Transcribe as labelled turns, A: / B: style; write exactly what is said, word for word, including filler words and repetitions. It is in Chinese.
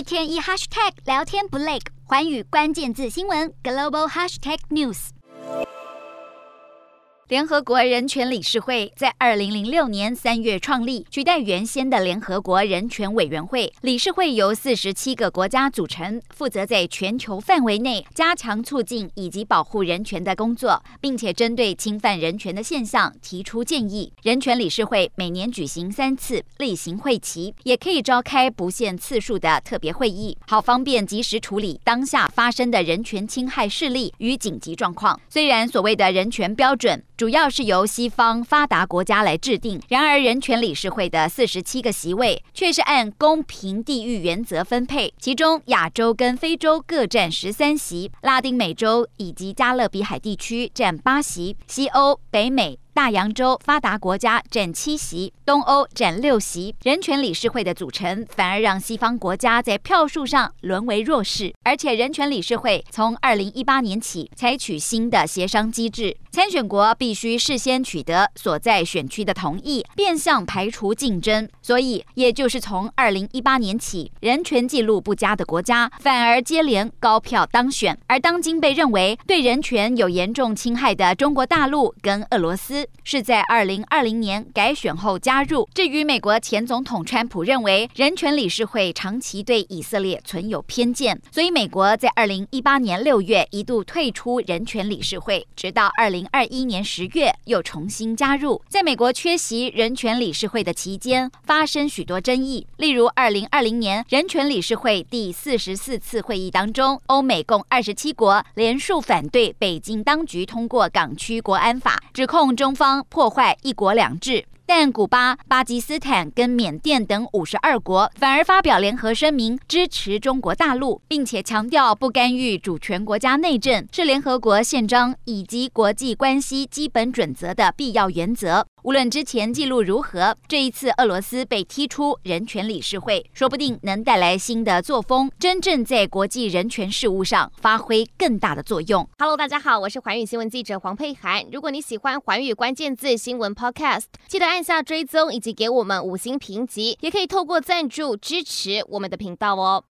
A: 天一 hashtag 聊天不累，寰宇关键字新闻 global hashtag news。联合国人权理事会在二零零六年三月创立，取代原先的联合国人权委员会。理事会由四十七个国家组成，负责在全球范围内加强促进以及保护人权的工作，并且针对侵犯人权的现象提出建议。人权理事会每年举行三次例行会期，也可以召开不限次数的特别会议，好方便及时处理当下发生的人权侵害事例与紧急状况。虽然所谓的人权标准主要是由西方发达国家来制定，然而人权理事会的四十七个席位却是按公平地域原则分配，其中亚洲跟非洲各占十三席，拉丁美洲以及加勒比海地区占八席，西欧、北美、大洋洲发达国家占七席，东欧占六席。人权理事会的组成反而让西方国家在票数上沦为弱势，而且人权理事会从二零一八年起采取新的协商机制，参选国必须事先取得所在选区的同意，变相排除竞争。所以也就是从二零一八年起，人权记录不佳的国家反而接连高票当选，而当今被认为对人权有严重侵害的中国大陆跟俄罗斯是在二零二零年改选后加入。至于美国前总统川普认为人权理事会长期对以色列存有偏见，所以美国在二零一八年六月一度退出人权理事会，直到二零二一年十月又重新加入。在美国缺席人权理事会的期间，发生许多争议，例如二零二零年人权理事会第四十四次会议当中，欧美共二十七国联署反对北京当局通过港区国安法，指控中方破坏一国两制。但古巴、巴基斯坦跟缅甸等五十二国反而发表联合声明，支持中国大陆，并且强调不干预主权国家内政是联合国宪章以及国际关系基本准则的必要原则。无论之前记录如何，这一次俄罗斯被踢出人权理事会，说不定能带来新的作风，真正在国际人权事务上发挥更大的作用。
B: Hello， 大家好，我是寰宇新闻记者黄佩涵。如果你喜欢寰宇关键字新闻 Podcast， 记得按下追踪以及给我们五星评级，也可以透过赞助支持我们的频道哦。